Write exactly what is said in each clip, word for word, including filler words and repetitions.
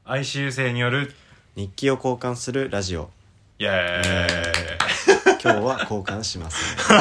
哀愁生による日記を交換するラジオ。 イエーイ今日は交換しますね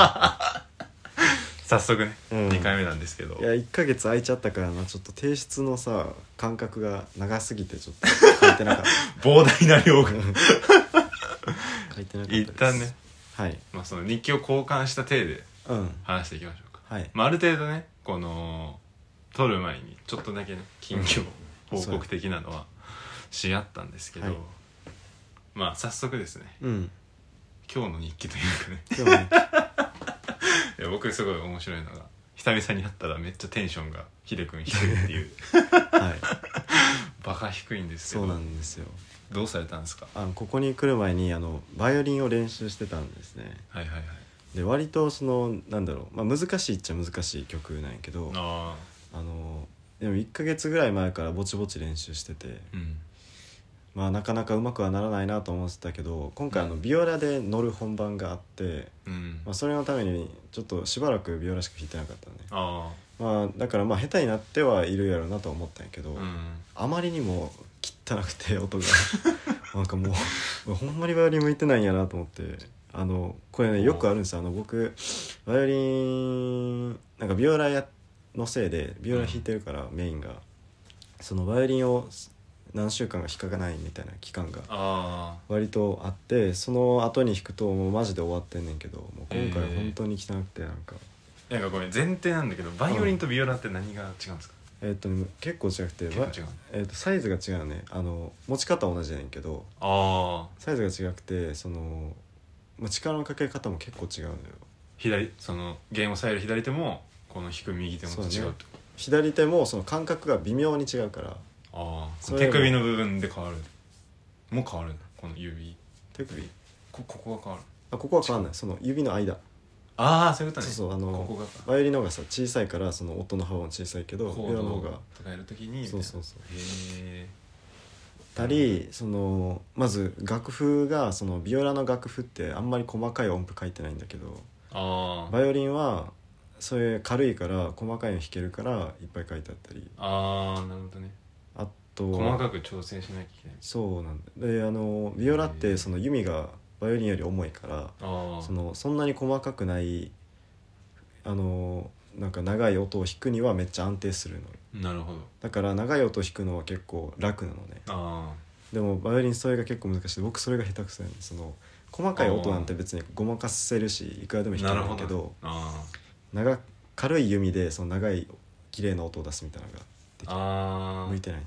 早速ね、 うん、 にかいめなんですけど、 いやいっかげつ空いちゃったからな、ちょっと提出のさ間隔が長すぎてちょっと書いてなかった膨大な量が書いてなかったです。 一旦ね、 はい、 まあ、その日記を交換した体でうん話していきましょうか、 はい、 まあ、ある程度ねこの撮る前にちょっとだけね近況報告的なのはし合ったんですけど、 はい、 まあ早速ですね、 うん、 今日の日記というかね今日の日記いや僕すごい面白いのが、久々に会ったらめっちゃテンションがヒデ君低いっていうはいバカ低いんですけど、 そうなんですよ。 どうされたんですか？ あのここに来る前にあのバイオリンを練習してたんですね。 はいはいはい。 で割とそのなんだろう、まあ、難しいっちゃ難しい曲なんやけど、 ああのでもいっかげつぐらい前からぼちぼち練習してて、 うん、 まあなかなかうまくはならないなと思ってたけど、今回あのビオラで乗る本番があって、 うんまあ、それのためにちょっとしばらくビオラしか弾いてなかったね。 あまあだからまあ下手になってはいるやろうなと思ったんやけど、 うん、 あまりにも汚くて音がなんかもうほんまにバイオリン向いてないんやなと思って、あのこれねよくあるんですよ。あの僕バイオリンなんかビオラやのせいでビオラ弾いてるから、うん、メインがそのバイオリンを何週間か弾かないみたいな期間が割とあって、その後に弾くともうマジで終わってんねんけど、もう今回本当に汚くてなんか、 えー、なんかごめん前提なんだけど、バイオリンとビオラって何が違うんですか？ うん、えー、っと、ね、結構違くて、 結構違う、 えー、っとサイズが違うね。あの持ち方は同じやねんけど、 あサイズが違くて、その、まあ、力のかけ方も結構違うのよ。 左その弦を押さえる左手もこの弾く右手も違うってこと、ね、 左手もその感覚が微妙に違うから、 ああ手首の部分で変わるもう変わるんだ、この指手首こ, ここが変わる、 あここは変わんない、その指の間。 ああそういうことね。 そうそう、あのここがバイオリンの方がさ小さいからその音の幅も小さいけど、 コードとかやるときにそうそうそう、 へえたり、そのまず楽譜がそのビオラの楽譜ってあんまり細かい音符書いてないんだけど、 あバイオリンはそういう軽いから細かいの弾けるからいっぱい書いてあったり、 ああなるほどね、 あと細かく調整しなきゃいけない。 そうなんだ。であのビオラってその弓がバイオリンより重いから、 あそのそんなに細かくないあのなんか長い音を弾くにはめっちゃ安定するの。 なるほど。 だから長い音を弾くのは結構楽なのね。 あでもバイオリンそれが結構難しい。僕それが下手くそやねん。その細かい音なんて別にごまかせるしいくらでも弾けるんだけど、どあ長軽い弓でその長い綺麗な音を出すみたいなのができあ向いてないです。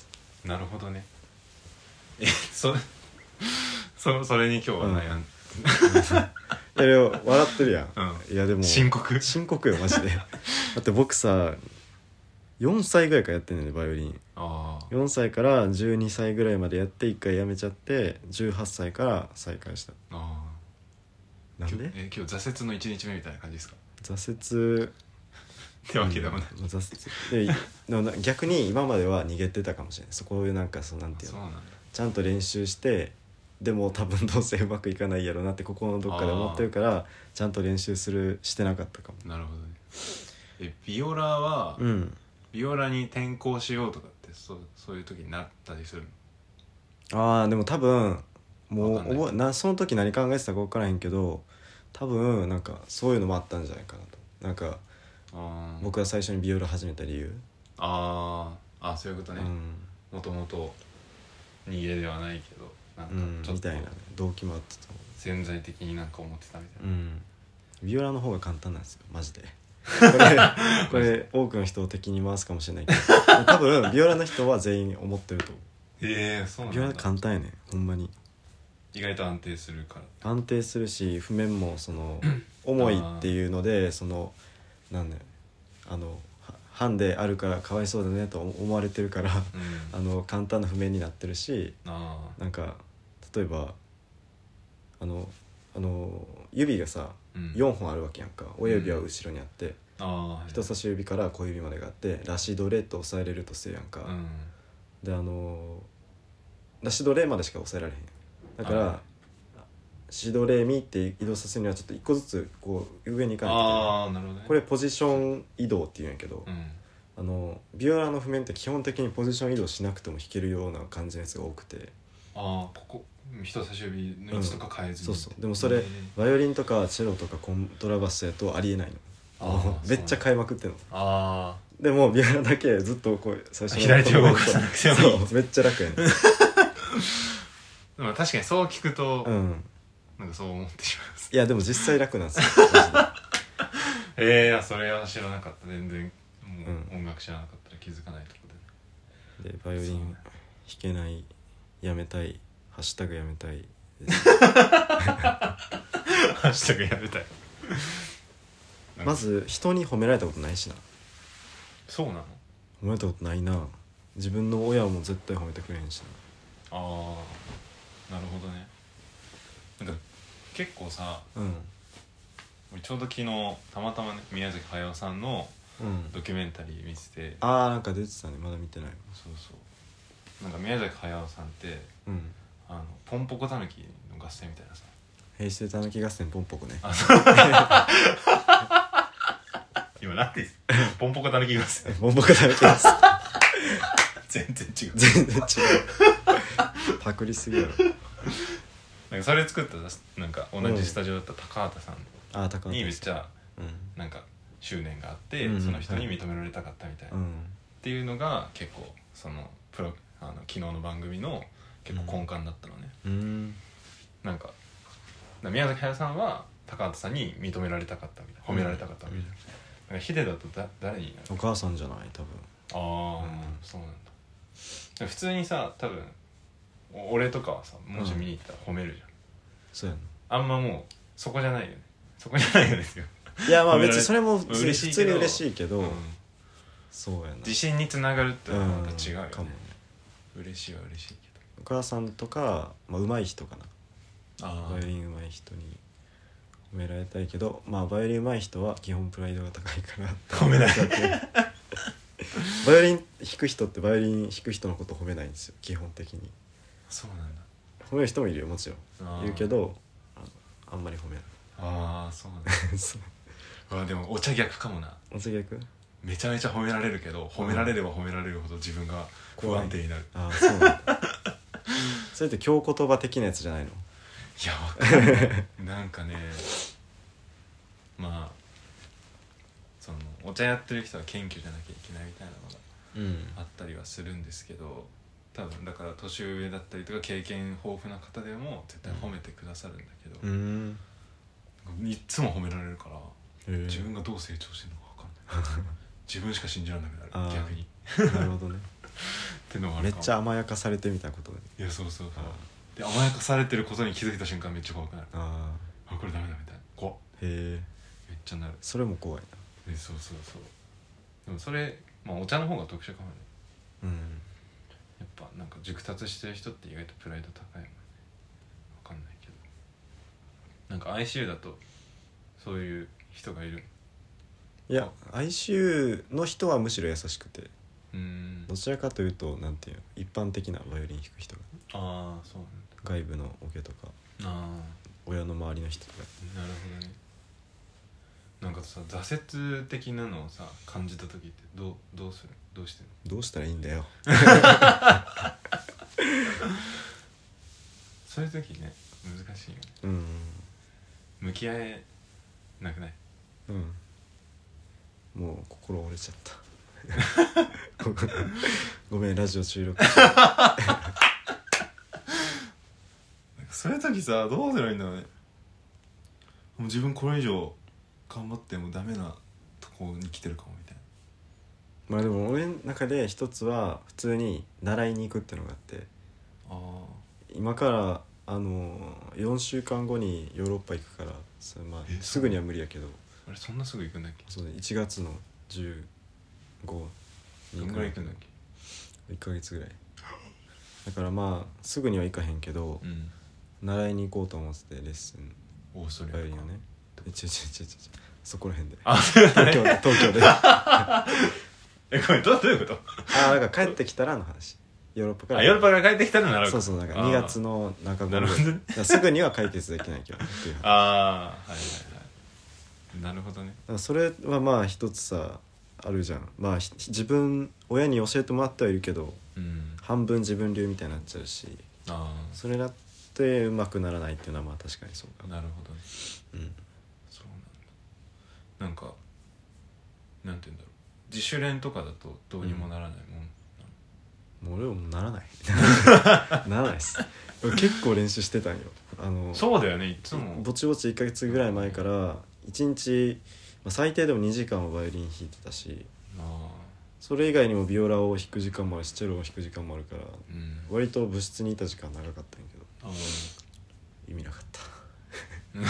なるほどね。えそれそそれに今日は悩ん、うんいやいや笑ってるやん、 うん、 いやでも深刻深刻よマジでだって僕さよんさいぐらいからやってんねんねバイオリン。 あよんさいからじゅうにさいぐらいまでやっていっかいやめちゃってじゅうはっさいから再開した。 あなんで？ え今日挫折のいちにちめみたいな感じですか？ 挫折ってわけでもない、 うん、挫折ででも逆に今までは逃げてたかもしれない。そこいうなんかそうなんていうの、 そうなんだ、 ちゃんと練習してでも多分どうせうまくいかないやろなって心のどっかで思ってるからちゃんと練習するしてなかったかも。 なるほどね。えビオラは、 うん、 ビオラに転校しようとかってそうそういう時になったりするの？ ああでも多分もうわかんない覚えなその時何考えてたか分からへんけど多分なんかそういうのもあったんじゃないかなと。なんかあ僕が最初にビオラ始めた理由、 ああそういうことね、 うん、 もともと逃げではないけどなんかうん、 ちょっとみたいな、ね、動機もあったと思潜在的になんか思ってたみたいな、 う、うん、ビオラの方が簡単なんですよマジでこれこれ多くの人を敵に回すかもしれないけど多分ビオラの人は全員思ってると思う。 ええー、そうなんだ。 ビオラ簡単やねほんまに。 意外と安定するから安定するし譜面もその重いっていうのでそのなんだよあのハンデあるからかわいそうだねと思われてるから、 うん、 あの簡単な譜面になってるし、 あなんか例えばあのあの指がさ、うん、よんほんあるわけやんか。親指は後ろにあって、うん、 あ人差し指から小指までがあってラシドレと押さえれるとせやんか、 うん、 であのラシドレまでしか押さえられへん。だからシドレミって移動させるにはちょっと一個ずつこう上に行かないといけない。 あーなるほどね。 これポジション移動っていうんやけど、 うん、 あのビオラの譜面って基本的にポジション移動しなくても弾けるような感じのやつが多くて、 ああここ人差し指の位置とか変えずに、 うん、そうそうでもそれ、 へーバイオリンとかチェロとかコントラバスやとありえないの。 あーめっちゃ変えまくってんの。 あでもビオラだけずっとこう最初の左手を動かさなくてもいいそうめっちゃ楽やねでも確かにそう聞くと、 うんなんかそう思ってしまいます。 いやでも実際楽なんですよマジでええー、いやそれは知らなかった。全然もううん音楽知らなかったら気づかないところで、 でバイオリンそうね弾けないやめたいハッシュタグやめたいですハッシュタグやめたいまず人に褒められたことないしな。 そうなの。 褒められたことないな。自分の親も絶対褒めてくれへんしああなるほどね。なんか結構さな。うん俺ちょうど昨日たまたまね宮崎駿さんのうんドキュメンタリー見てて、 あーなんか出てたねまだ見てない。 そうそうなんか宮崎駿さんってうんあのポンポコたぬきの合戦みたいなさ平成たぬき合戦ポンポコね。 あそう今なんて言うポンポコたぬき合戦ポンポコたぬき合戦全然違う全然違うパクリすぎやろ。 なんかそれ作ったなんか同じスタジオだった高畑さんあー高畑にめっちゃうんなんか執念があって、 うんその人に認められたかったみたいな、っうんていうのが結構そのプロあの昨日の番組の結構根幹だったのね、 うんなんか宮崎駿さんは高畑さんに認められたかったみたいな褒められたかったみたいな、なんかヒデだとだ誰になる。 お母さんじゃない多分。 ああ、 うんそうなんだ。普通にさ多分お俺とかはさもし見に行ったら褒めるじゃん、 そうやあんまもうそこじゃないよねそこじゃないよですよ。 な。いやまあ褒められ別にそれも嬉しいけど普通に嬉しいけど、 うんそうやな。 自信につながるってのはまた違うよね、 んかもね。 嬉しいは嬉しいけお母さんとか、まあ、上手い人かな。 どあバイオリン上手い人に褒められたいけど、まあバイオリン上手い人は基本プライドが高いから褒めないバイオリン弾く人ってバイオリン弾く人のこと褒めないんですよ基本的に。 そうなんだ。 褒める人もいるよもちろあーんいるけど、あのあんまり褒めないああそうなんだそううわでもお茶逆かもな。 お次逆。 めちゃめちゃ褒められるけど褒められれば褒められるほど自分が不安定になる。 ああそうなんだそれって京言葉的なやつじゃないの。 いやわかんないなんかねまあそのお茶やってる人は謙虚じゃなきゃいけないみたいなのがうんあったりはするんですけど、多分だから年上だったりとか経験豊富な方でも絶対褒めてくださるんだけど、 うんいっつも褒められるからへー自分がどう成長してるのか分かんない自分しか信じられなくなるあー逆になるほどねってのはあるかも。 めっちゃ甘やかされてみたいなことで。 いやそうそうそうあで甘やかされてることに気づいた瞬間めっちゃ怖くなる。 ああこれダメだみたいな怖っーへえめっちゃなる。 それも怖いえそうそうそうでもそれ、まあ、お茶の方が特殊かもね。 な。うんやっぱなんか熟達してる人って意外とプライド高いもんね。分かんないけどなんか アイシーユー だとそういう人がいる。 いや アイシーユー の人はむしろ優しくて、 うーんどちらかというとなんていうの一般的なバイオリン弾く人がああそう外部のオケとかなんだ。あ親の周りの人とか。 あなるほどね。なんかさ挫折的なのをさ感じた時ってどうどうするどうしてんの。 どうしたらいいんだよそういう時ね難しいよね。 うん向き合えなくない。 うんもう心折れちゃったごめんラジオ収録なんかそういう時さどうすればいいんだろうね。もう自分これ以上頑張ってもダメなとこに来てるかもみたいまあでも俺の中で一つは普通に習いに行くっていうのがあって、 な。あ今からあのよんしゅうかんごにヨーロッパ行くからそれ、まあえ、 すぐには無理やけどあれそんなすぐ行くんだっけ。 そう、ね、いちがつのじゅうごにどんぐらい行くんだっけ。 いっかげつぐらいだからまあすぐには行かへんけど、 うん習いに行こうと思っててレッスンオーストリアとかバイオリンをねえちょちょちょちょそこら辺であ東京で東京であえこれどうどういうこと。 あだから帰ってきたらの話ヨーロッパからあヨーロッパから帰ってきたらなるそうそうなんかにがつの中頃なるほどねだからすぐには解決できないけどっていう話だかああはいはいはいなるほどね。 らそれはまあ一つさあるじゃん。まあひ自分親に教えてもらってはいるけどうん半分自分流みたいになっちゃうし、 あそれだってうまくならないっていうのはまあ確かにそうかあなるほどね。 うんそうなんだ。なんかなんて言うんだろう、自主練とかだとどうにもならないもん、 もう俺はもうならないならないっす。俺結構練習してたんよ。あのそうだよね、いつもぼちぼちいっかげつぐらい前からいちにち、まあ、最低でもにじかんはバイオリン弾いてたし、 あそれ以外にもビオラを弾く時間もあるしチェロを弾く時間もあるからあうん割と部室にいた時間長かったんやけどあ意味なかったなる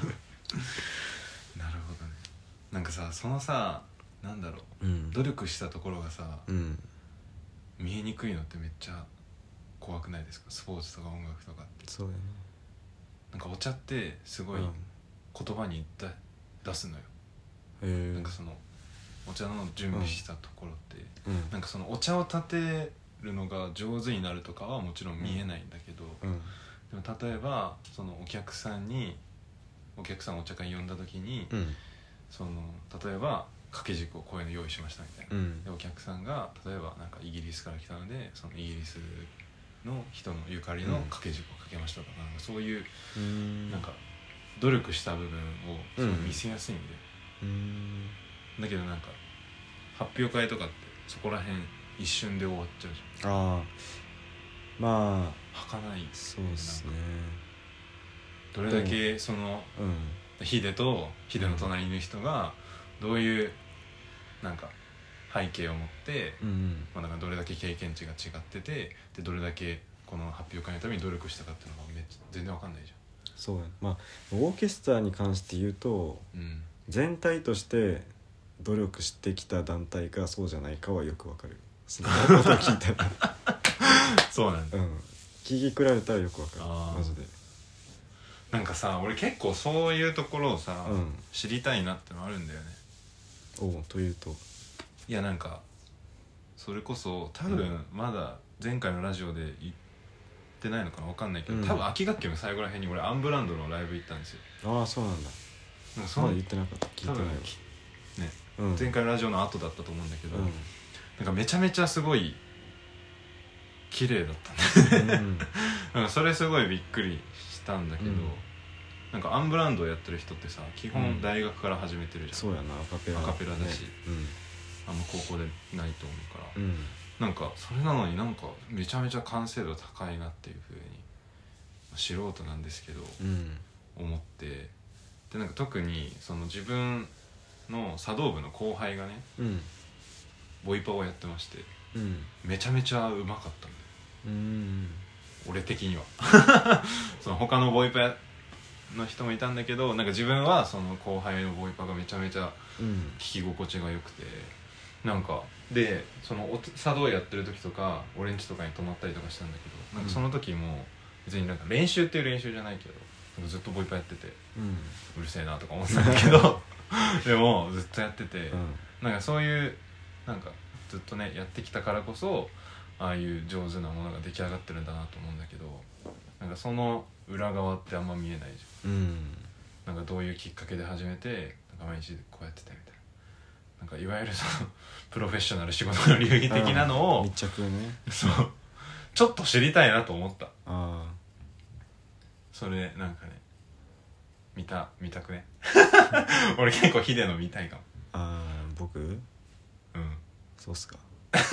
ほどね。なんかさそのさなんだろう、 うん努力したところがさ、 うん見えにくいのってめっちゃ怖くないですか？スポーツとか音楽とかってそうやなんかお茶ってすごいな言葉に出出すのよ、 うんへえなんかそのお茶の準備したところって、 うんなんかそのお茶を立てるのが上手になるとかはもちろん見えないんだけど、 うんでも例えばそのお客さんにお客さんをお茶会に呼んだ時に、 うんその例えば掛け軸をこういうの用意しましたみたいな、 うんでお客さんが例えばなんかイギリスから来たのでそのイギリスの人のゆかりの掛け軸をかけましたとか、なんかそういううんなんか努力した部分をすごい見せやすいんで、 うんだけどなんか発表会とかってそこら辺一瞬で終わっちゃうじああまあゃん。儚い。 そうっすねどれだけそのうんヒデとヒデの隣にいる人がどういうなんか背景を持って、 うんうんまあ、なんかどれだけ経験値が違っててでどれだけこの発表会のために努力したかっていうのがめっちゃ全然わかんないじそうやまあオーケストラに関して言うとゃん。うん全体として努力してきた団体かそうじゃないかはよくわかる。その音を聞いたらそうなんだ。 うん聞き比べたらよくわかるあーマジで。 なんかさ俺結構そういうところをさ、 うん知りたいなってのあるんだよね。 おうというといやなんかそれこそ多分まだ前回のラジオで言ってないのかなわかんないけど、 うん多分秋学期の最後らへんに俺アンブランドのライブ行ったんですよ。 ああそうなんだなんかそのまだ言ってなかった聞いてないわ多分ねうん前回のラジオの後だったと思うんだけど、 うんなんかめちゃめちゃすごい綺麗だったんだよねうんなんかそれすごいびっくりしたんだけど、 うんなんかアンブランドをやってる人ってさ基本大学から始めてるじゃん、 そうやなアカペラアカペラだしねあんま高校でないと思うから、 うんうんなんかそれなのになんかめちゃめちゃ完成度高いなっていう風に素人なんですけどうん思ってでなんか特にその自分の茶道部の後輩がねうんボイパをやってましてうんめちゃめちゃうまかったんだようん俺的にはその他のボイパの人もいたんだけどなんか自分はその後輩のボイパがめちゃめちゃうん聞き心地が良くてなんかでそのお茶道やってる時とか俺ん家とかに泊まったりとかしたんだけどなんかその時も別になんか練習っていう練習じゃないけどなんかずっとボイパやっててうんうるせえなとか思ってたんだけどでもずっとやっててうんなんかそういうなんかずっとねやってきたからこそああいう上手なものが出来上がってるんだなと思うんだけどなんかその裏側ってあんま見えないじうんゃん。なんかどういうきっかけで始めてなんか毎日こうやってたみたいななんかいわゆるそのプロフェッショナル仕事の流儀的なのを密着ねそうちょっと知りたいなと思った。 あそれなんかね見た見たくね俺結構ヒデの見たいかも。 ああ僕うんそうっすか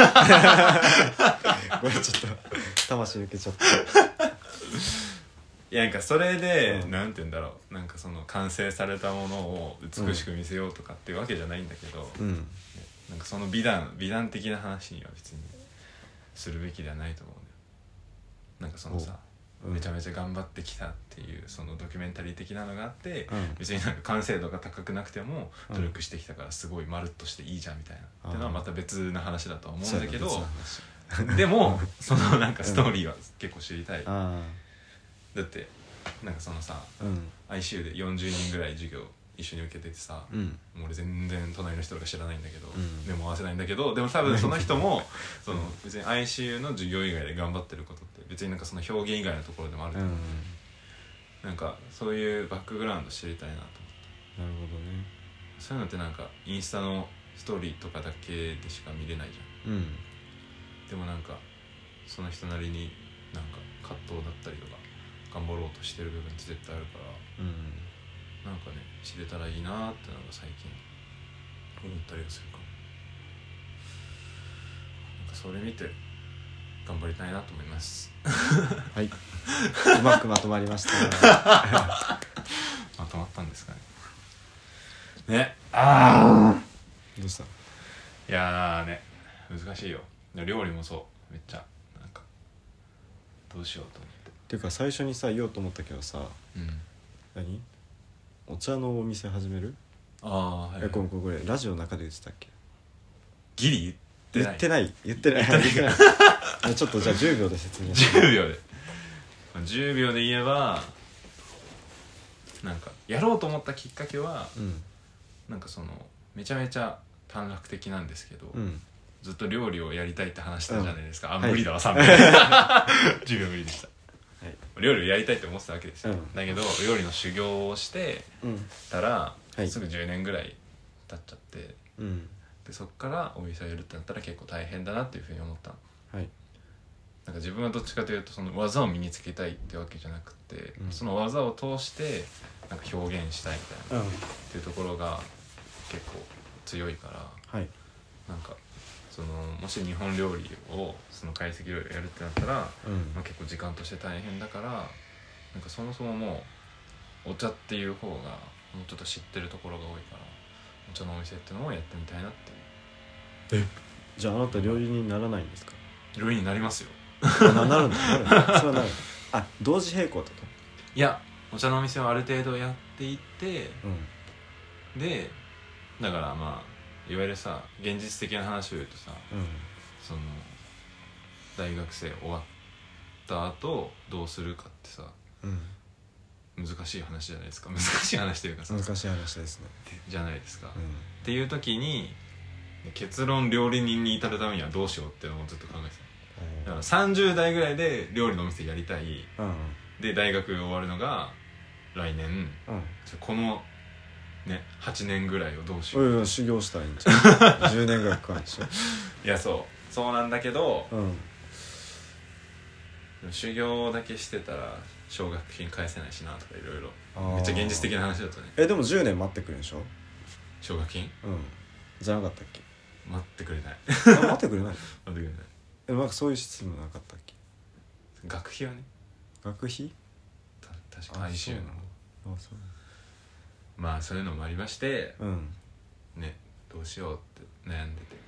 ごめんちょっと魂受けちゃったいやなんかそれで、 うんなんて言うんだろうなんかその完成されたものを美しく見せようとかっていうわけじゃないんだけど、 うんなんかその美談美談的な話には別にするべきではないと思うんだよ。なんかそのさ、 うんめちゃめちゃ頑張ってきたっていうそのドキュメンタリー的なのがあって、 うん別になんか完成度が高くなくてもうん努力してきたからすごいまるっとしていいじゃんみたいな、 あーっていうのはまた別な話だとは思うんだけどそうやな別の話でもそのなんかストーリーは結構知りたい、 あだってなんかそのさあうんアイシーユー でよんじゅうにんぐらい授業一緒に受けててさ、 うんもう俺全然隣の人とか知らないんだけど、 うんでも合わせないんだけどでも多分その人もその別に アイシーユー の授業以外で頑張ってることって別になんかその表現以外のところでもあると思う、 うんなんかそういうバックグラウンド知りたいなと思ってなるほどねそういうのってなんかインスタのストーリーとかだけでしか見れないじゃん。 うんでもなんかその人なりになんか葛藤だったりとか頑張ろうとしてる部分って絶対あるから、 うんなんかね知れたらいいなーってなんか最近思ったりはするかも。なんかそれ見て頑張りたいなと思いますはい、うまくまとまりましたまとまったんですかね。ね、ああどうした？ いやーね難しいよ。料理もそうめっちゃなんかどうしようと思って。 ていうか最初にさ言おうと思ったけどさ、 うん何お茶のお店始める？ ああ、はい、はい、 えこれこれラジオの中で言ってたっけ？ ギリ言ってない言ってない言ってないあちょっとじゃあじゅうびょうで説明してじゅうびょうでじゅうびょうで言えばなんかやろうと思ったきっかけは、 うん、 なんかそのめちゃめちゃ短絡的なんですけど、 うん、 ずっと料理をやりたいって話したじゃないですか、うん、あ、 はい、 無理だわさんびょうじゅうびょう無理でした、はい、料理をやりたいって思ってたわけですよ、うん、だけど料理の修行をしてたら、うん、すぐじゅうねんぐらい経っちゃって、うん、でそっからお店をやるってなったら結構大変だなっていうふうに思ったの、はい、なんか自分はどっちかというとその技を身につけたいってわけじゃなくて、うん、その技を通してなんか表現したいみたいな、うん、っていうところが結構強いから、はい、なんかそのもし日本料理をその懐石料理をやるってなったら、うんまあ、結構時間として大変だからなんかそもそももうお茶っていう方がもうちょっと知ってるところが多いからお茶のお店っていうのをやってみたいなっていう。 えじゃああなた料理人にならないんですか？ 料理人になりますよな, なるんだなるんだそれはなるあ同時並行ってこと？ いやお茶のお店をある程度やっていって、うん、でだからまあいわゆるさ現実的な話を言うとさ、うん、その大学生終わった後どうするかってさ、うん、難しい話じゃないですか。難しい話というかさ難しい話ですねじゃないですか、うん、っていう時に結論料理人に至るためにはどうしようっていうのをずっと考えてた。だからさんじゅう代ぐらいで料理のお店やりたい、うん、で大学終わるのが来年、うん、このね、はちねんぐらいをどうしよう。 いや修行したいんじゃんじゅうねんぐらいかかるでしょいやそうそうなんだけど、うん、修行だけしてたら奨学金返せないしなとかいろいろめっちゃ現実的な話だとね。 えでもじゅうねん待ってくるでしょ奨学金？ うんじゃなかったっけ？ 待ってくれない待ってくれない待ってくれないえなんかそういうシステムなかったっけ？ 学費はね学費？ た確か回収のあそうまあそういうのもありまして、 うん、 ねどうしようって悩んでて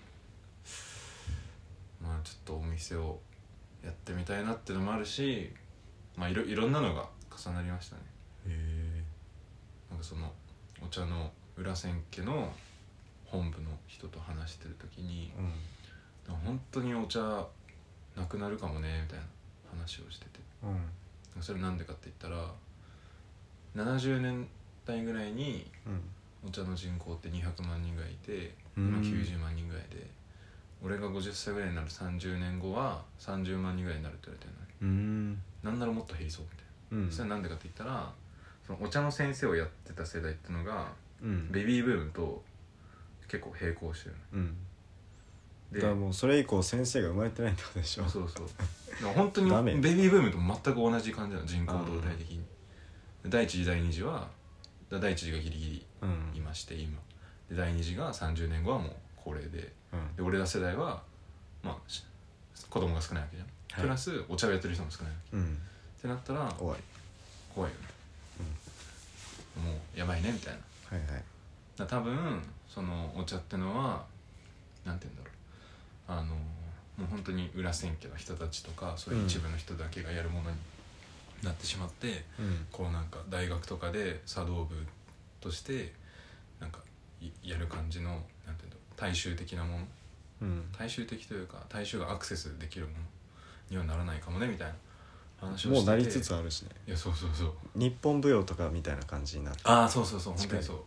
まあちょっとお店をやってみたいなっていうのもあるしまあいろ、いろんなのが重なりましたね。へえ。なんかそのお茶の裏千家の本部の人と話してる時に、うん、本当にお茶なくなるかもねみたいな話をしてて、うん、それなんでかって言ったらななじゅうねんだいぐらいにお茶の人口ってにひゃくまんにんぐらいいて、うん、今きゅうじゅうまんにんぐらいで俺がごじゅっさいぐらいになるさんじゅうねんごはさんじゅうまんにんぐらいになるって言われてるのに、うん、なんならもっと減りそうみたいな、うん、それはなんでかって言ったらそのお茶の先生をやってた世代ってのが、うん、ベビーブームと結構並行してるの、うん、 でだからもうそれ以降先生が生まれてないってことでしょ。 そうそう本当にベビーブームと全く同じ感じなの人口動態的に。第一次第二次は第一次がギリギリいまして、うん、今で第二次がさんじゅうねんごはもう高齢 で,、うん、で俺ら世代は、まあ、子供が少ないわけじゃん、はい、プラスお茶をやってる人も少ないわけ、うん、ってなったら怖い怖いよね、うん、もうやばいねみたいな、はいはい、だ多分そのお茶ってのはなんて言うんだろうあのもう本当に裏千家の人たちとかそういう一部の人だけがやるものになってしまって、うん、こうなんか大学とかで茶道部としてなんかやる感じのなんていうんだろう大衆的なもの、うん、大衆的というか大衆がアクセスできるものにはならないかもねみたいな話をしてて、 もうなりつつあるしね。 いやそうそうそう日本舞踊とかみたいな感じになって、 ああそうそうそう本当にそう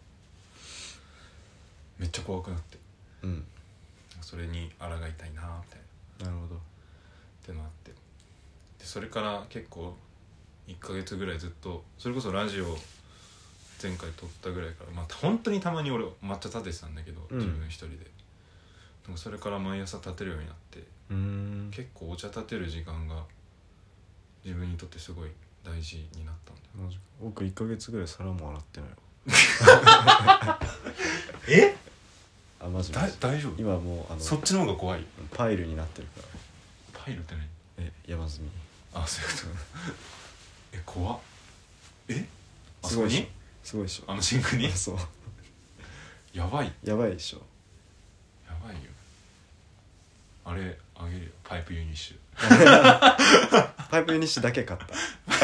めっちゃ怖くなって、うん、それに抗いたいなみたいな。なるほどってのあってでそれから結構いっかげつぐらいずっとそれこそラジオ前回撮ったぐらいから、まあ本当にたまに俺抹茶立ててたんだけど、 うん自分一人でなんかそれから毎朝立てるようになって、 うーん結構お茶立てる時間が自分にとってすごい大事になったんだよ。 マジか。僕いっかげつぐらい皿も洗ってないわえあマジだマジ大丈夫？ 今もうあのそっちの方が怖い。 パイルになってるからパイルって何？ え山積みあ、そういうことえ、怖っ。えあすごいでしょそこにすごいでしょあのシンクにそうやばいやばいでしょやばいよ。あれあげるよ、パイプユニッシュパイプユニッシュだけ買ったと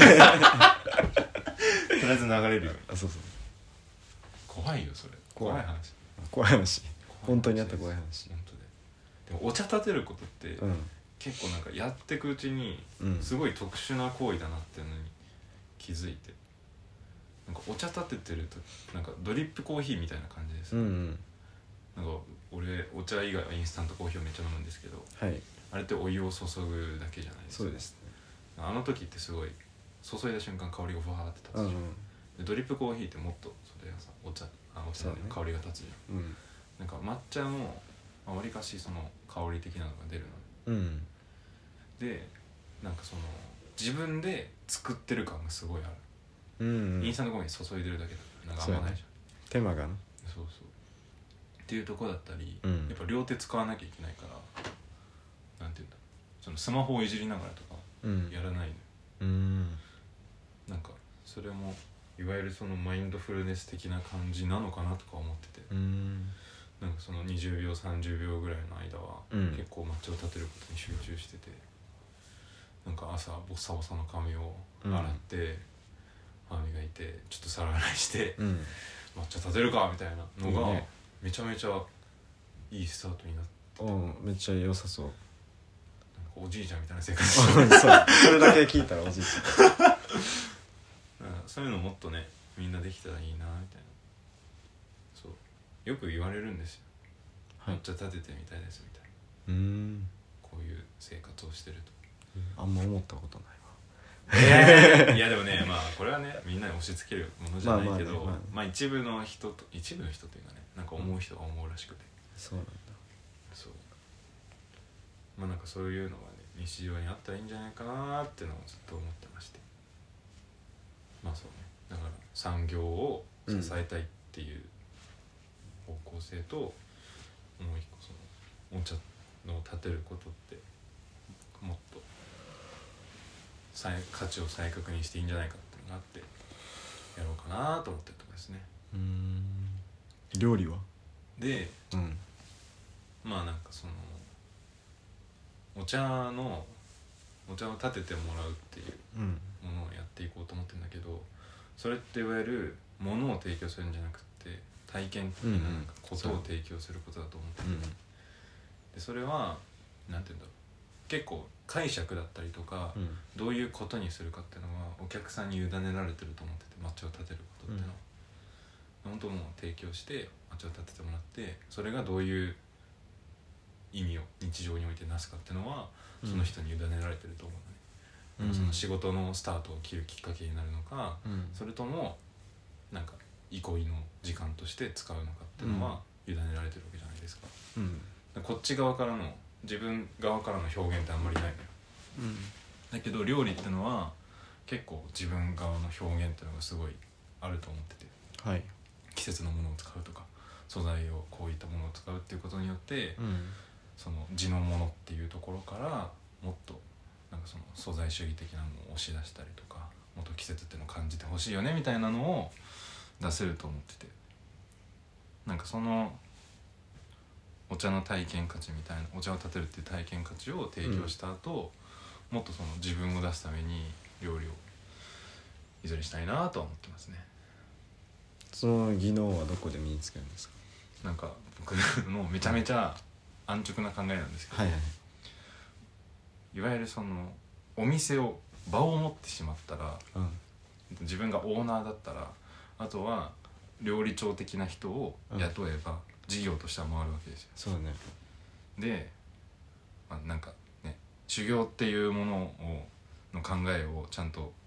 りあえず流れるよ。 あそうそう怖いよそれ。 怖い怖い話。 怖い話怖い話本当にあった怖い話本当で。でもお茶立てることって、 うん結構なんかやってくうちにうんすごい特殊な行為だなっていうのに気づいて、なんかお茶立ててるとなんかドリップコーヒーみたいな感じです、 うんうんなんか俺お茶以外はインスタントコーヒーをめっちゃ飲むんですけど、 はいあれってお湯を注ぐだけじゃないですか。 そうですねあの時ってすごい注いだ瞬間香りがふわーって立つじゃん、 うんでドリップコーヒーってもっとそれがさお茶あお茶で香りが立つじゃん、 うんなんか抹茶もわりかしその香り的なのが出るのうんで、なんかその自分で作ってる感がすごいある、 うんうんインスタントコーヒー注いでるだけだからなんかあんまないじゃん。 手間がなそうそうっていうとこだったり、 うんやっぱ両手使わなきゃいけないから、なんていうんだろう、そのスマホをいじりながらとかうんやらないのよ、 うんなんかそれもいわゆるそのマインドフルネス的な感じなのかなとか思ってて、 うんなんかそのにじゅうびょうさんじゅうびょうぐらいの間は、 うん結構抹茶を立てることに集中してて、なんか朝ボッサボサの髪を洗って、歯磨いてちょっと皿洗いしてうん抹茶立てるかみたいなのがいいねめちゃめちゃいいスタートになってうんめっちゃ良さそうなんかおじいちゃんみたいな生活そうしてるそれだけ聞いたらおじいちゃんうんそういうのもっとねみんなできたらいいなみたいな。そうよく言われるんですよ、 はい抹茶立ててみたいですみたいな、 うんこういう生活をしてるとあんま思ったことないいやでもねまあこれはねみんなに押し付けるものじゃないけど、まあまあまあねまあねまあ一部の人と一部の人というかねなんか思う人が思うらしくて、 そうなんだそうまあなんかそういうのがね日常にあったらいいんじゃないかなっていうのをずっと思ってまして、まあそうねだから産業を支えたいっていう方向性と、もう一個そのお茶の立てることってもっと再価値を再確認していいんじゃないかっていうのがあってやろうかなと思ってるところですね。 うん料理はでうんまあなんかそのお茶のお茶を立ててもらうっていううんものをやっていこうと思ってるんだけど、それっていわゆるものを提供するんじゃなくて体験的ななんかことを提供することだと思ってて、 うんでそれはなんていうんだろう結構解釈だったりとか、 うんどういうことにするかっていうのはお客さんに委ねられてると思ってて、抹茶を立てることっていうのは、本当もう提供して抹茶を立ててもらってそれがどういう意味を日常においてなすかっていうのはその人に委ねられてると思うのね、 うんその仕事のスタートを切るきっかけになるのか、 うんそれともなんか憩いの時間として使うのかっていうのは委ねられてるわけじゃないですか。 うんこっち側からの自分側からの表現ってあんまりないのよ。 うんだけど料理ってのは結構自分側の表現っていうのがすごいあると思ってて、 はい季節のものを使うとか素材をこういったものを使うっていうことによって、 うんその地のものっていうところからもっとなんかその素材主義的なのを押し出したりとかもっと季節っていうのを感じてほしいよねみたいなのを出せると思ってて、なんかそのお茶の体験価値みたいなお茶を立てるっていう体験価値を提供した後、うん、もっとその自分を出すために料理をいずれしたいなとは思ってますね。 その技能はどこで身につけるんですか？ なんか僕のめちゃめちゃ安直な考えなんですけど、 はいはいいわゆるそのお店を場を持ってしまったら、 うん自分がオーナーだったらあとは料理長的な人を雇えば事業としては回るわけですよ。 そうねで、まあ、なんかね修行っていうものをの考えをちゃんと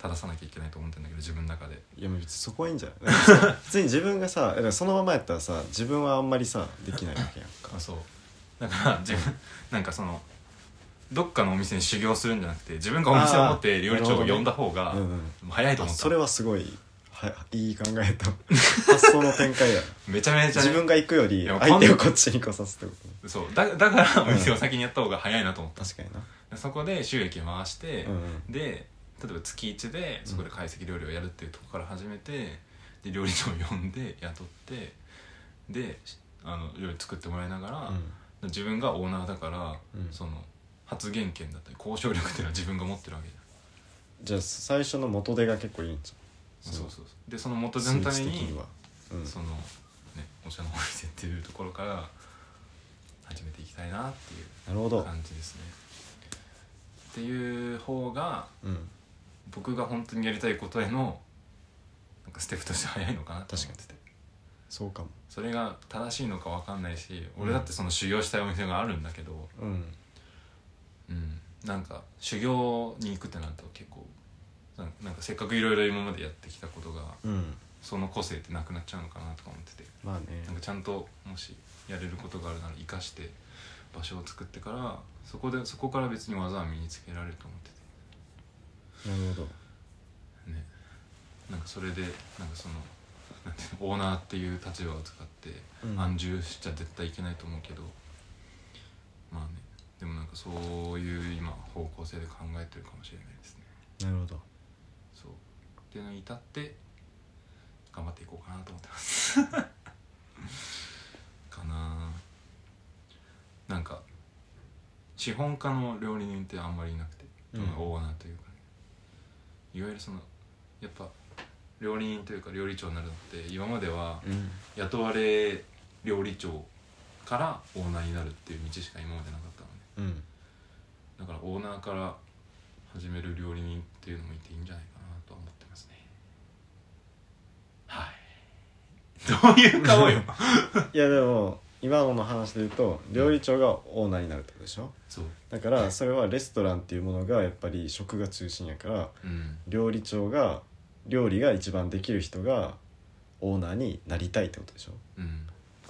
正さなきゃいけないと思ってるんだけど自分の中で。 いや別にそこはいいんじゃないなんか普通に自分がさだからそのままやったらさ自分はあんまりさできないわけやんかあそうだから自分なんかそのどっかのお店に修行するんじゃなくて自分がお店を持って料理長を呼んだ方がうんうん早いと思った。 それはすごいはいい考えと発想の展開だめちゃめちゃ、ね、 自分が行くより相手をこっちに来さすってことそうだだからお店を先にやった方が早いなと思った、 うん、確かにな。 そこで収益を回して、 うんうん、 で例えば月いちでそこで懐石料理をやるっていうところから始めて、で料理長を呼んで雇ってであの料理作ってもらいながら、うん、自分がオーナーだから、うん、その発言権だったり交渉力っていうのは自分が持ってるわけじゃん。じゃあ最初の元手が結構いいんじゃん。 そうそうそうでその元手のために、 うん、 そのねお茶のお店っていうところから始めていきたいなっていう感じですね。っていう方が、うん、僕が本当にやりたいことへのなんかステップとして早いのかなと思ってて。 そうかも。 それが正しいのか分かんないし、うん、俺だってその修行したいお店があるんだけど、うんうん、なんか修行に行くってなると結構なんかせっかくいろいろ今までやってきたことが、うん、その個性ってなくなっちゃうのかなとか思ってて、まあね、なんかちゃんともしやれることがあるなら生かして場所を作ってからそこでそこから別に技は身につけられると思ってて。なるほどね。なんかそれでなんかそのなんていうのオーナーっていう立場を使って安住しちゃ絶対いけないと思うけど、まあねでもなんかそういう今方向性で考えてるかもしれないですね。 なるほど。 そうっていうのに至って頑張っていこうかなと思ってますかな。なんか資本家の料理人ってあんまりいなくて、うん、オーナーというかね、いわゆるそのやっぱ料理人というか料理長になるのって今までは雇われ料理長からオーナーになるっていう道しか今までなかったのね、うん、だからオーナーから始める料理人っていうのもいていいんじゃないかなとは思ってますね。はいどういう顔よいやでも今の話で言うと料理長がオーナーになるってことでしょ。 そうだからそれはレストランっていうものがやっぱり食が中心やから、うん、料理長が料理が一番できる人がオーナーになりたいってことでしょ、うん、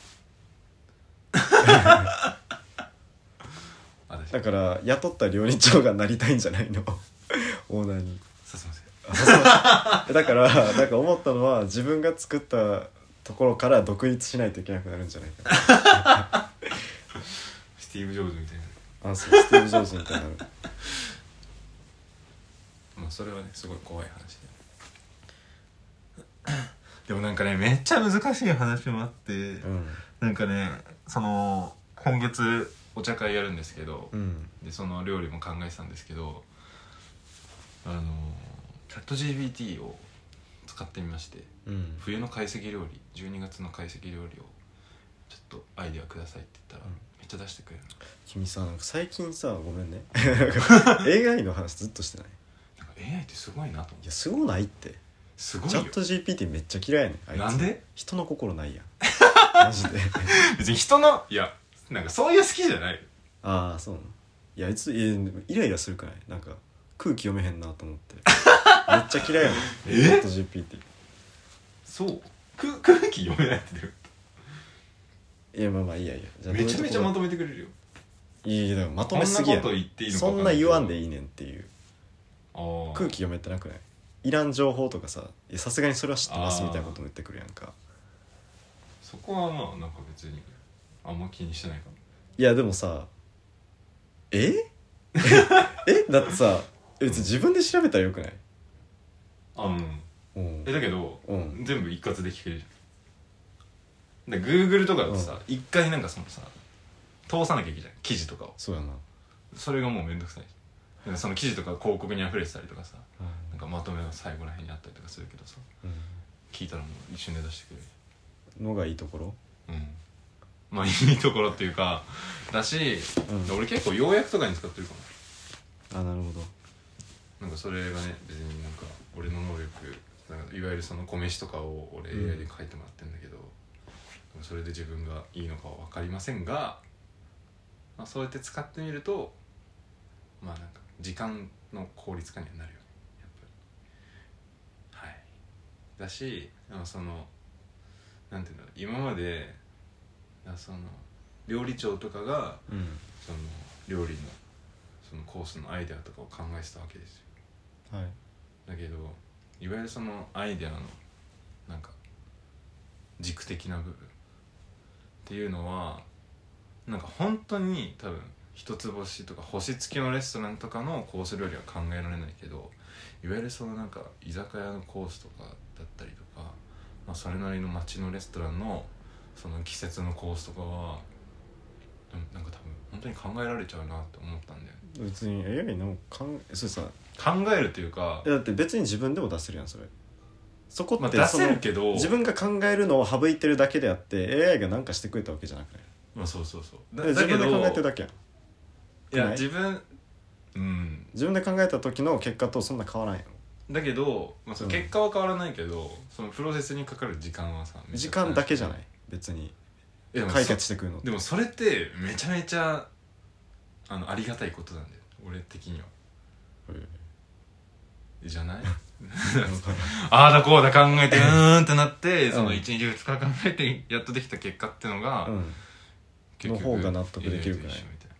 だから雇った料理長がなりたいんじゃないのオーナーに。 さすいませんだからなんか思ったのは自分が作ったところから独立しないといけなくなるんじゃないかなスティーブ・ジョブズみたいな。 あ、そうスティーブ・ジョブズみたいなまあそれはねすごい怖い話ででもなんかねめっちゃ難しい話もあって、うん、なんかねその今月お茶会やるんですけど、うん、でその料理も考えてたんですけど、あのチャット ジーピーティー を使ってみまして、うん、冬の懐石料理じゅうにがつの懐石料理をちょっとアイデアくださいって言ったら、うん、めっちゃ出してくれるの。 君さなんか最近さごめんねエーアイ の話ずっとしてない？ なんか エーアイ ってすごいなと思って。 いやすごないってすごいよ。 チャット ジーピーティー めっちゃ嫌いやねんあいつ。 なんで？ 人の心ないやんマジで別に人のいやなんかそういう好きじゃない。 ああそうなの。いやあいつイライラするくない？なんか空気読めへんなと思ってめっちゃ嫌いやねんチャット ジーピーティー。 そう空空気読めないってる。 いやまあまあいいやいやじゃあめちゃめちゃまとめてくれるよ。 いやいやだからまとめすぎやん。 そんなこと言っていいのかそんな言わんでいいねんっていう。 あ空気読めてなくない？いらん情報とかささすがにそれは知ってますみたいなことも言ってくるやんか。 そこはまあなんか別にあんま気にしてないかも。 いやでもさええだってさ別に自分で調べたらよくない？ あうん、うん、えだけど、うん、全部一括で聞けるじゃん。で Google とかだとさ、うん、一回なんかそのさ通さなきゃいけないじゃん記事とかを。 そうやな。 それがもうめんどくさい。その記事とか広告に溢れてたりとかさ、うん、なんかまとめが最後らへんにあったりとかするけどさ、うん、聞いたらもう一瞬で出してくれるのがいいところ。 うんまあいいところっていうかだし、うん、俺結構要約とかに使ってるかも。あなるほど。 なんかそれがね別になんか俺の能力なんかいわゆるその米詞とかを俺 エーアイ で書いてもらってるんだけど、うん、それで自分がいいのかは分かりませんが、まあ、そうやって使ってみるとまあなんか時間の効率化にはなるよねやっぱり。 だし、でもそのなんていうんだろう、今までその料理長とかが、 うん、 その料理のそのコースのアイデアとかを考えてたわけですよ。 はい、 だけどいわゆるそのアイデアのなんか軸的な部分っていうのはなんか本当に多分一つ星とか星付きのレストランとかのコース料理は考えられないけど、いわゆるそのなんか居酒屋のコースとかだったりとか、まあ、それなりの街のレストランのその季節のコースとかはなんか多分本当に考えられちゃうなって思ったんだよ。 別に エーアイ のかんそれさ考えるというか、 だって別に自分でも出せるやんそれ。そこって、 まあ、出せるけど自分が考えるのを省いてるだけであって エーアイ が何かしてくれたわけじゃなくない？ まあそうそうそうだ自分で考えてるだけやん。 いや自分うん自分で考えた時の結果とそんな変わらんやろ。 だけど、まあ、その結果は変わらないけど、うん、そのプロセスにかかる時間はさ時間だけじゃない別に解決してくるの。 でもそれってめちゃめちゃあのありがたいことなんだよ俺的には。じゃないああだこうだ考えてうーんってなってそのいちにちふつか考えてやっとできた結果っていうのが、うん、 結局の方が納得できるくらい。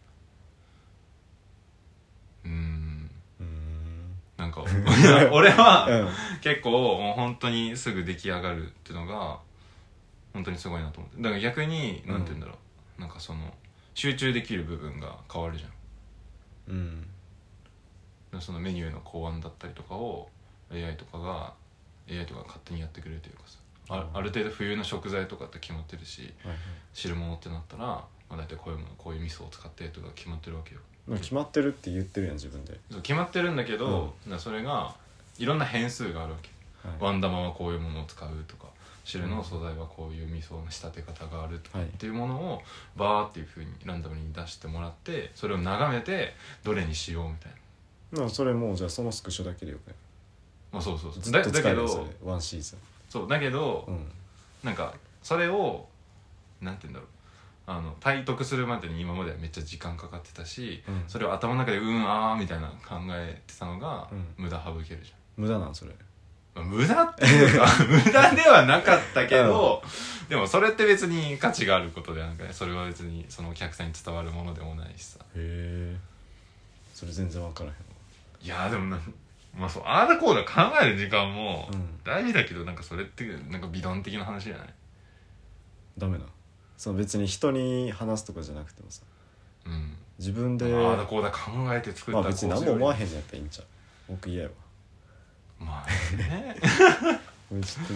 うーんなんか俺は、うん、結構もう本当にすぐ出来上がるっていうのが本当にすごいなと思って。だから逆になんて言うんだろう、うん、なんかその集中できる部分が変わるじゃん。うんそのメニューの考案だったりとかを エーアイ とかが エーアイ とかが勝手にやってくれるというかさ、あ, ある程度冬の食材とかって決まってるし、はいはい、汁物ってなったら、まあ、大体こういうものこういう味噌を使ってとか決まってるわけよ。 決まってるって言ってるやん自分で。 そう決まってるんだけど、うん、それがいろんな変数があるわけ、はい、ワン玉はこういうものを使うとか汁の素材はこういう味噌の仕立て方があるとかっていうものをバーっていう風にランダムに出してもらってそれを眺めてどれにしようみたいな。 まあそれもうじゃあそのスクショだけでよくない？ まあそうそうそうずっと使えるよそれワンシーズン。 そうだけど、うん、なんかそれをなんて言うんだろうあの体得するまでに今まではめっちゃ時間かかってたし、うん、それを頭の中でうんあーみたいな考えてたのが、うん、無駄省けるじゃん。 無駄なんそれ、 まあ、無駄っていうか無駄ではなかったけど、うん、でもそれって別に価値があることでなんか、ね、それは別にそのお客さんに伝わるものでもないしさ。へえそれ全然分からへんわ。 いやでもなまあそうあーだこうだ考える時間も大事だけど、うん、なんかそれってなんか美談的な話じゃない？ ダメなその別に人に話すとかじゃなくてもさ、うん、自分でああだこうだ考えて作ったまあ別に何も思わへんのやったらいいんちゃう。僕嫌やわ。 まあねこれちょっと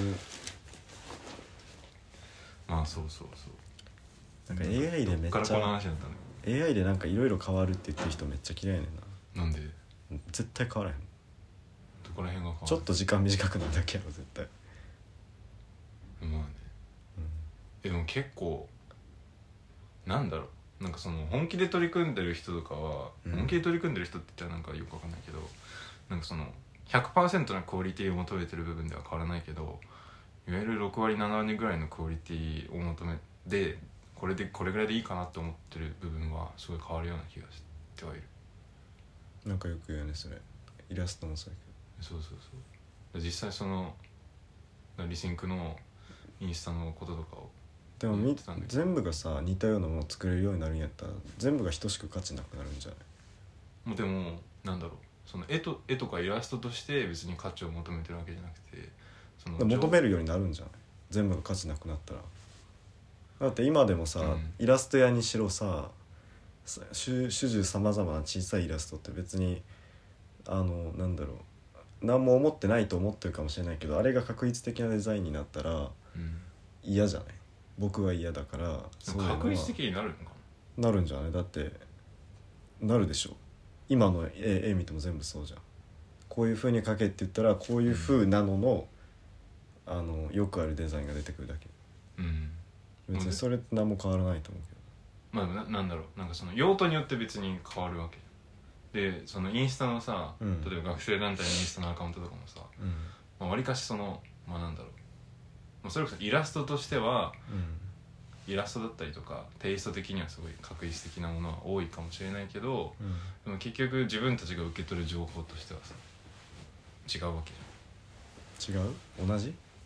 まあそうそうそうなんか エーアイ でめっちゃどっからこの話だったのエーアイ でなんかいろいろ変わるって言ってる人めっちゃ嫌いやねんな。なんで？ 絶対変わらへん。 どこら辺が変わる？ ちょっと時間短くなるだけやろ絶対。 まあね、うん、えでも結構なんだろうなんかその本気で取り組んでる人とかは、うん、本気で取り組んでる人って言ったらなんかよくわかんないけどなんかその ひゃくパーセント なクオリティを求めてる部分では変わらないけどいわゆるろくわりななわりぐらいのクオリティを求めてこれでこれぐらいでいいかなって思ってる部分はすごい変わるような気がしてはいる。 なんかよく言うよねそれ。イラストもそうやけどそうそうそう実際そのリシンクのインスタのこととかをでもみ全部がさ似たようなものを作れるようになるんやったら全部が等しく価値なくなるんじゃない？ もうでもなんだろうその絵と絵とかイラストとして別に価値を求めてるわけじゃなくてその求めるようになるんじゃない？全部が価値なくなったら。だって今でもさ、うん、イラスト屋にしろさ種々さまざまな小さいイラストって別にあのなんだろう何も思ってないと思ってるかもしれないけどあれが確率的なデザインになったら嫌じゃない？僕は嫌だからそういうのは確率的になるのかな？なるんじゃない？だってなるでしょ。今の絵、絵見ても全部そうじゃん。こういう風に描けって言ったらこういう風なのの、うん、あのよくあるデザインが出てくるだけ、うん、別にそれって何も変わらないと思うけど、まあ、な, なんだろうなんかその用途によって別に変わるわけでそのインスタのさ、うん、例えば学生団体のインスタのアカウントとかもさ、うんまあ、割かしそのまあなんだろう、まあ、それこそイラストとしては、うん、イラストだったりとかテイスト的にはすごい確率的なものは多いかもしれないけど、うん、でも結局自分たちが受け取る情報としてはさ違うわけじゃん。 違う？同じ？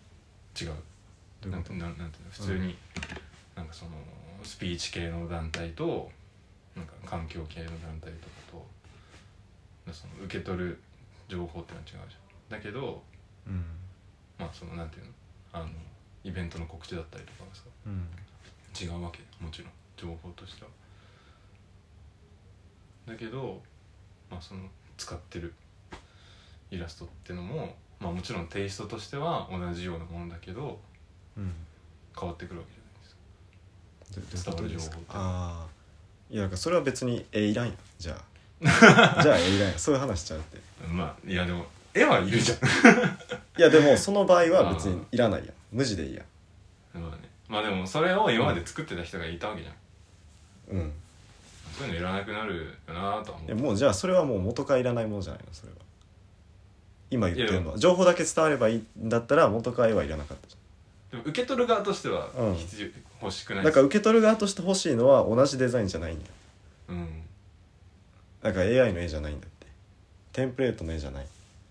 違う。 どういうこと？ なんてなんていうの普通に、うん、なんかそのスピーチ系の団体となんか環境系の団体とかとその受け取る情報ってのは違うじゃん。だけど、 うん、 まあそのなんていうのあのイベントの告知だったりとかはさ、 うん、 違うわけもちろん情報としては。だけど、まあ、その使ってるイラストってのも、まあ、もちろんテイストとしては同じようなものだけど、 うん、 変わってくるわけじゃないですか。伝わる情報って。 ああ、いやなんかそれは別に絵いらんやんじゃあじゃあ絵いらんやんそういう話しちゃうって。 まあいやでも絵はいるじゃんいやでもその場合は別にいらないやん無地でいいやん。 まあね、まあでもそれを今まで作ってた人がいたわけじゃん。うん。そういうのいらなくなるよなとは思う。 いやもうじゃあそれはもう元からいらないものじゃないのそれは。今言ってるのは情報だけ伝わればいいんだったら元から絵はいらなかったじゃん。でも受け取る側としては必要、うん、欲しくない。 だから受け取る側として欲しいのは同じデザインじゃないんだよ。うん。だから エーアイ の絵じゃないんだって。テンプレートの絵じゃない。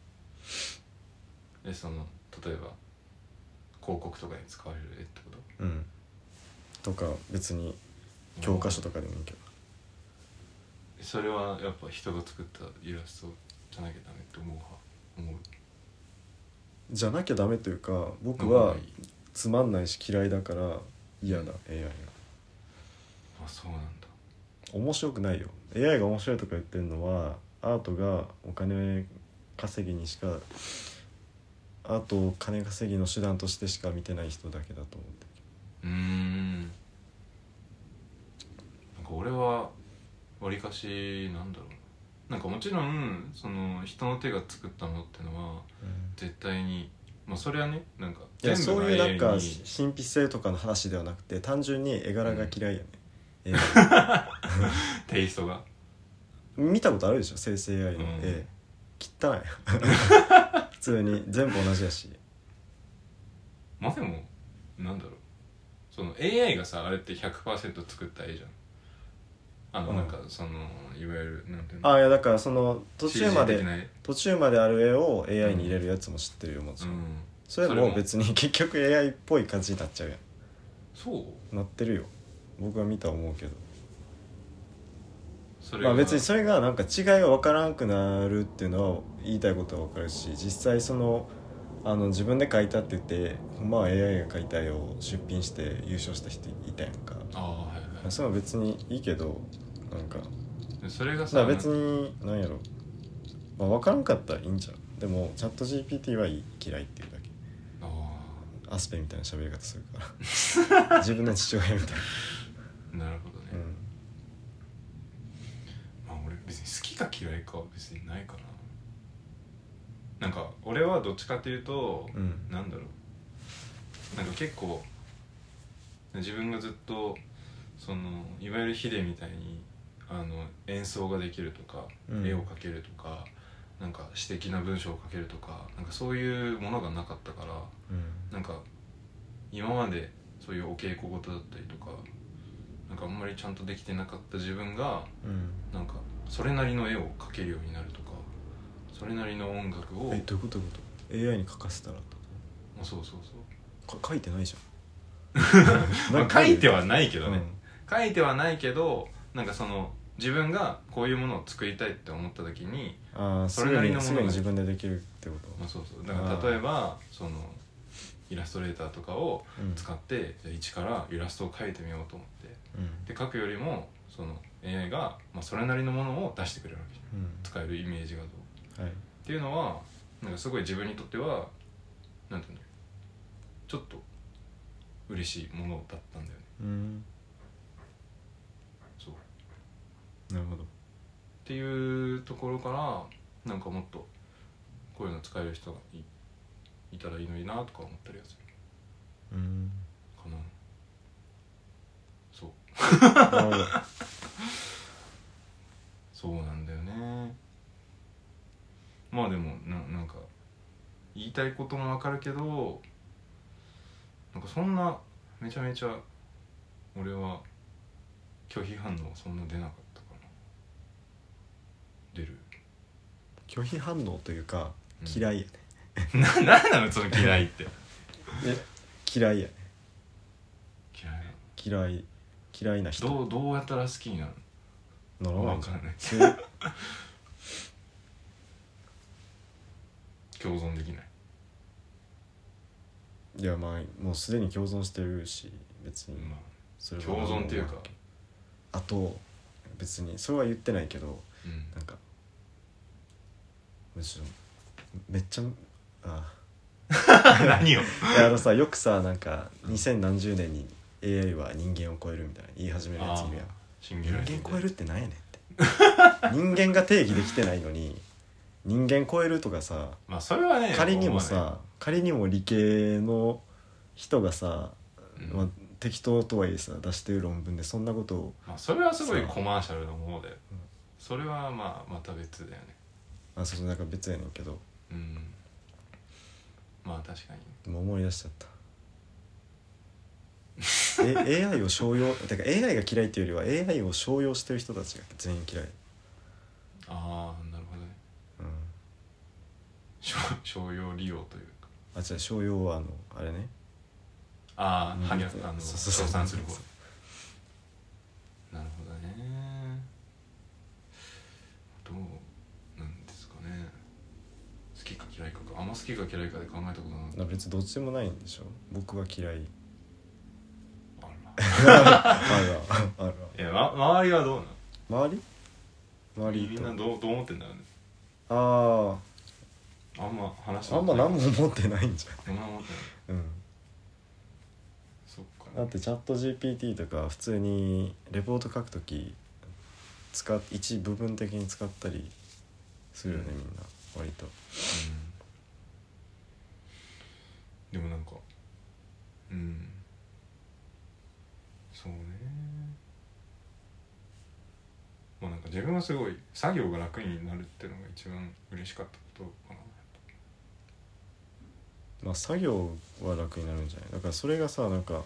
でその例えば広告とかに使われる絵ってこと？ うん。とか別に教科書とかでもいいけど。 それはやっぱ人が作ったイラストじゃなきゃダメって思うは思う。 じゃなきゃダメというか僕はつまんないし嫌いだから嫌だ、うん、エーアイが。 あ、そうなんだ。 面白くないよ。 エーアイ が面白いとか言ってるのはアートがお金稼ぎにしかアートを金稼ぎの手段としてしか見てない人だけだと思ってる。 うーん、なんか俺はわりかしなんだろうなんかもちろんその人の手が作ったものってのは絶対に、うん、まあそれはねなんか全部そういうなんか神秘性とかの話ではなくて単純に絵柄が嫌いやね、うん、 テイストが見たことあるでしょ生成 エーアイ の絵、うん、汚い普通に全部同じやし。 まあでもなんだろうその エーアイ がさあれって ひゃくパーセント 作った絵じゃん。あのなんかその、うん、いわゆるなんていうのあいやだからその途中まで途中まである絵を エーアイ に入れるやつも知ってるよもちろん、うん、それも別に結局 エーアイ っぽい感じになっちゃうやん。 そうなってるよ僕は見た思うけど。それまあ別にそれがなんか違いが分からなくなるっていうのは言いたいことは分かるし実際そのあの自分で描いたって言ってまあ エーアイ が描いた絵を出品して優勝した人いたやんか。あ、はいはい、それは別にいいけどなんかそれがさ別に何やろ、まあ、分からんかったらいいんじゃん。でもチャット ジーピーティー は嫌いっていうだけ。あアスペみたいな喋り方するから自分の父親みたいな。なるほどね、うん、まあ俺別に好きか嫌いかは別にないかな。なんか俺はどっちかっていうと、うん、なんだろうなんか結構自分がずっとそのいわゆるヒデみたいにあの演奏ができるとか、うん、絵を描けるとかなんか詩的な文章を書けるとかなんかそういうものがなかったから、うん、なんか今までそういうお稽古事だったりとかなんかあんまりちゃんとできてなかった自分が、うん、なんかそれなりの絵を描けるようになるとかそれなりの音楽をえどういうことどういうこと エーアイ に書かせたらとあそうそうそうか書いてないじゃんまあ書いてはないけどね、うん、書いてはないけどなんかその自分がこういうものを作りたいって思った時にあそれなりのものが自分でできるってこと、 まあ、そうそうだから例えばそのイラストレーターとかを使って、うん、一からイラストを描いてみようと思って、うん、で描くよりもその エーアイ が、まあ、それなりのものを出してくれるわけじゃん、うん、使えるイメージ画像、はい、っていうのはなんかすごい自分にとってはなんていうのちょっと嬉しいものだったんだよね。うんなるほどっていうところからなんかもっとこういうの使える人が い, いたらいいのになとか思ったりはするうんかな。そうなるほどそうなんだよね。まあでも な, なんか言いたいこともわかるけどなんかそんなめちゃめちゃ俺は拒否反応そんな出なかった。出る拒否反応というか、うん、嫌いやねな、なんなのその嫌いって嫌いやね。 嫌いな嫌い嫌いな人どうどうやったら好きになるならのないんじゃん分かんない共存できない。 いやまあもうすでに共存してるし別にまあそれは共存っていうか、 あと別にそれは言ってないけどうん、 なんかむしろめっちゃあ何をいやあのさよくさなんかにせん何十年に エーアイ は人間を超えるみたいな言い始めるやついるやん。 シンギュラリティ人間超えるってなんやねんって人間が定義できてないのに人間超えるとかさ、 まあそれはね仮にも思わないさ仮にも理系の人がさ、 うんまあ、適当とはいえさ出してる論文でそんなことを、 まあ、それはすごいコマーシャルなもので、 うんそれはまあまた別だよね。 あそうそうなんか別やねんけどうんまあ確かにでも思い出しちゃったえ エーアイ を商用だから エーアイ が嫌いっていうよりは エーアイ を商用してる人たちが全員嫌い。 ああなるほどね。 うん商商用利用というかあ違う商用はあのあれねうんああはぎゃあのそうそうそう称賛する方。なるほどね。どうなんですかね。好きか嫌いかかあんま好きか嫌いかで考えたことなかった。 な別にどっちでもないんでしょ。僕は嫌いああらあららいや、ま、周りはどうなの。 周り周りみんなどうどう思ってんだろうね。 ああんま話したああんま何も思ってないんじそんな思ってない。 ゃんうんそっかだってチャット ジーピーティー とか普通にレポート書くとき使っ一部分的に使ったりするよね、 うんみんな割と。 うん、でもなんかうんそうね。まあなんか自分はすごい作業が楽になるっていうのが一番嬉しかったことかな。 まあ作業は楽になるんじゃない。だからそれがさなんか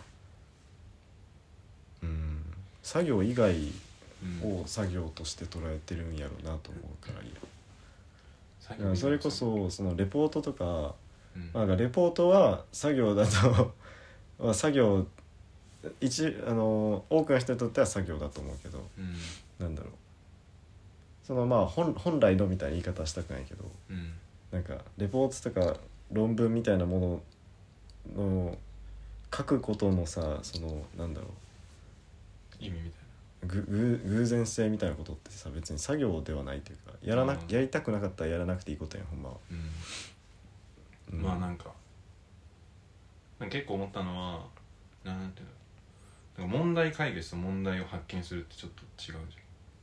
うん作業以外うんを作業として捉えてるんやろうなと思うからいいや。 作だからそれこそそのレポートとか、 うんなんかレポートは作業だとまあ作業一あの多くの人にとっては作業だと思うけど、 うんなんだろうそのまあ 本, 本来のみたいな言い方はしたくないけど、 うんなんかレポートとか論文みたいなものの書くことのさそのなんだろ意味みたいうぐぐ偶然性みたいなことってさ別に作業ではないというかやらな、 うんやりたくなかったらやらなくていいことやんほんまは。 な、うんうんまあなんか結構思ったのはなんていうのなんか問題解決と問題を発見するってちょっと違うじ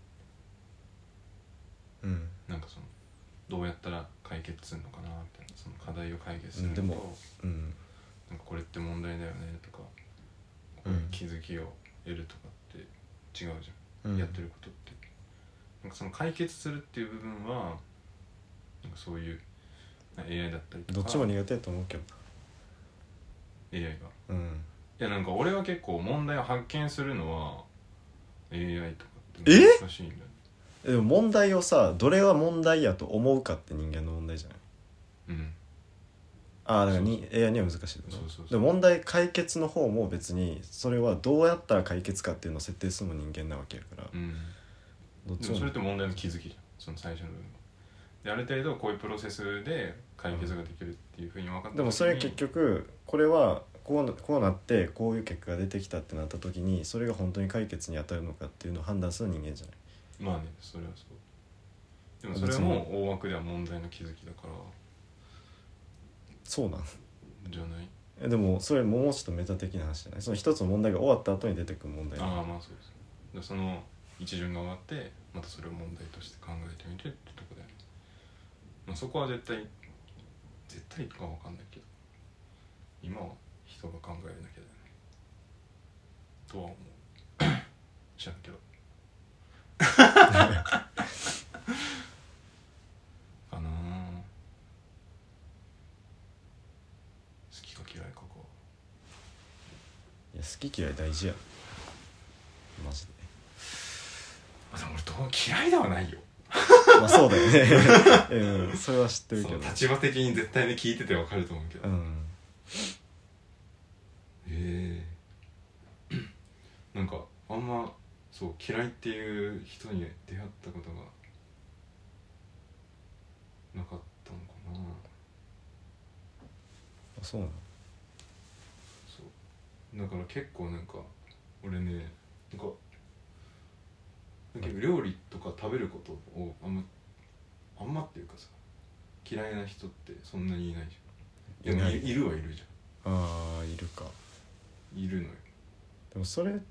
うんゃん。なんかそのどうやったら解決するのかなみたいなその課題を解決するのと、 うんでもうんなんかこれって問題だよねとかこういう気づきを得るとかって違うじゃん、 うんやってることってなんかその解決するっていう部分はなんかそういう エーアイ だったりとかどっちも苦手だと思うけどエーアイ がうんいやなんか俺は結構問題を発見するのは エーアイ とかって難しいんだよね。 でも問題をさどれが問題やと思うかって人間の問題じゃない。 うんああだからにそうエーアイ には難しいけどそうそうそうでも問題解決の方も別にそれはどうやったら解決かっていうのを設定するのも人間なわけやから、 うんどっちもでもそれって問題の気づきじゃんその最初の部分である程度こういうプロセスで解決ができるっていうふうに分かった時にでもそれ結局これはこうなこうなってこういう結果が出てきたってなった時にそれが本当に解決に当たるのかっていうのを判断する人間じゃない。 まあねそれはそうでもそれも大枠では問題の気づきだからそうなんじゃないえでもそれもうちょっとメタ的な話じゃない。その一つの問題が終わった後に出てくる問題ああまあそうですでその一巡が終わってまたそれを問題として考えてみてってとこだよね、まあ、そこは絶対絶対とかは分かんないけど今は人が考えるだけだよねとは思う知らんけどかなあ好きか嫌いかかいや好き嫌い大事やマジでまあでも俺どう嫌いではないよまあそうだよねうんそれは知ってるけどそう立場的に絶対に聞いてて分かると思うけど、 うんへえなんかあんまそう嫌いっていう人に出会ったことがなかったのかな。 あ、そうなの。 そうだから結構なんか俺ねなんか結構料理とか食べることをあんまあんまっていうかさ嫌いな人ってそんなにいないじゃん。でも い, いるはいるじゃん。ああ、いるか。 いるのよ。 でもそれなん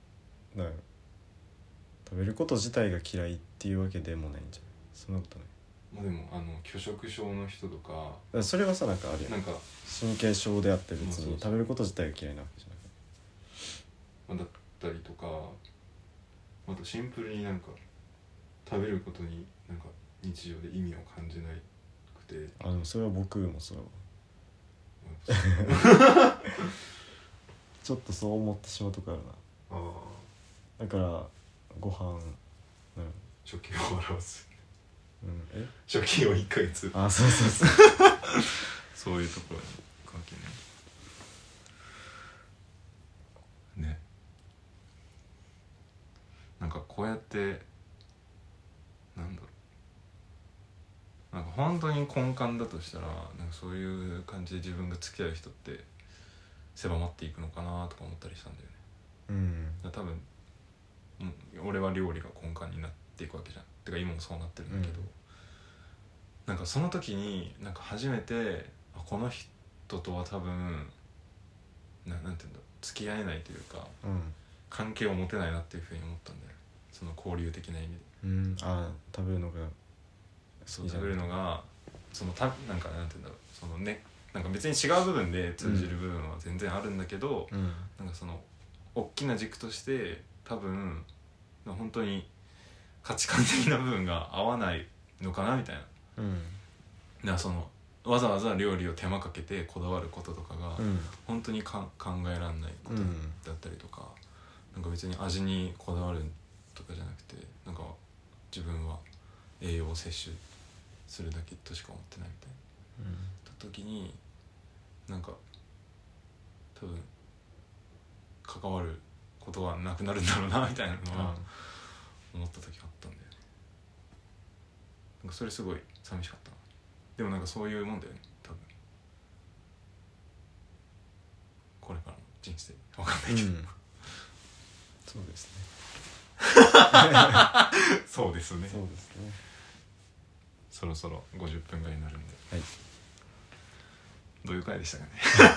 食べること自体が嫌いっていうわけでもないんじゃない。そんなことない。 まあでもあの拒食症の人とか、 だからそれはさなんかあるやん。 なんか神経症であって別まあそうそうに食べること自体が嫌いなわけじゃなくて、 まあだったりとか、あとシンプルになんか食べることになんか日常で意味を感じなくて。 あ、でもそれは僕もそうちょっとそう思ってしまうとこあるな。 あだからご飯、うん、 初期を表す、 うん、え初期をいっかげつ、 あ、そうそうそうそういうところに関係ないね。なんかこうやってなんだろう、なんか本当に根幹だとしたらなんかそういう感じで自分が付き合う人って狭まっていくのかなとか思ったりしたんだよね。 うん、 だから多分、うん、俺は料理が根幹になっていくわけじゃん。てか今もそうなってるんだけど、うん、なんかその時になんか初めてあこの人とは多分 な, なんていうんだ付き合えないというか、 うん、 関係を持てないなっていうふうに思ったんだよ。その交流的な意味で、 うん、あ食べるのがそう食べるのがそのたなんかなんていうんだろう、そのねなんか別に違う部分で通じる部分は全然あるんだけど、うん、なんかその大きな軸として多分本当に価値観的な部分が合わないのかなみたいな、うん、だからそのわざわざ料理を手間かけてこだわることとかが、うん、本当にか考えられないことだったりとか、うん、なんか別に味にこだわるとかじゃなくてなんか自分は栄養を摂取するだけとしか思ってないみたいな、うん、た時になんか多分関わることはなくなるんだろうなみたいなのは思った時があったんだよね。なんかそれすごい寂しかったな。でもなんかそういうもんだよね多分これからの人生わかんないけど、うん、 そうですねそうですねそうですね。 そろそろごじゅっぷんぐらいになるんで、はい、どういう回でしたかね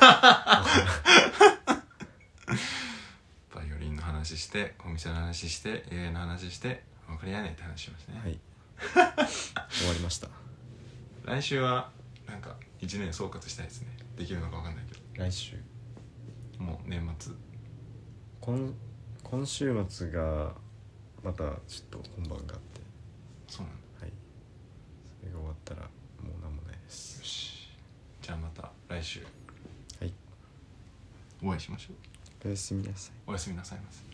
バイオリンの話してお店の話して エーアイ の話して分かり合えないって話しましたね。 はい終わりました。 来週はなんかいちねん総括したいですね。できるのか分かんないけど来週もう年末今, 今週末がまたちょっと本番があって。 そうなんだ。 はい、それが終わったらもう何もないです。 よし、じゃあまた来週はいお会いしましょう。 おやすみなさい。 おやすみなさいませ。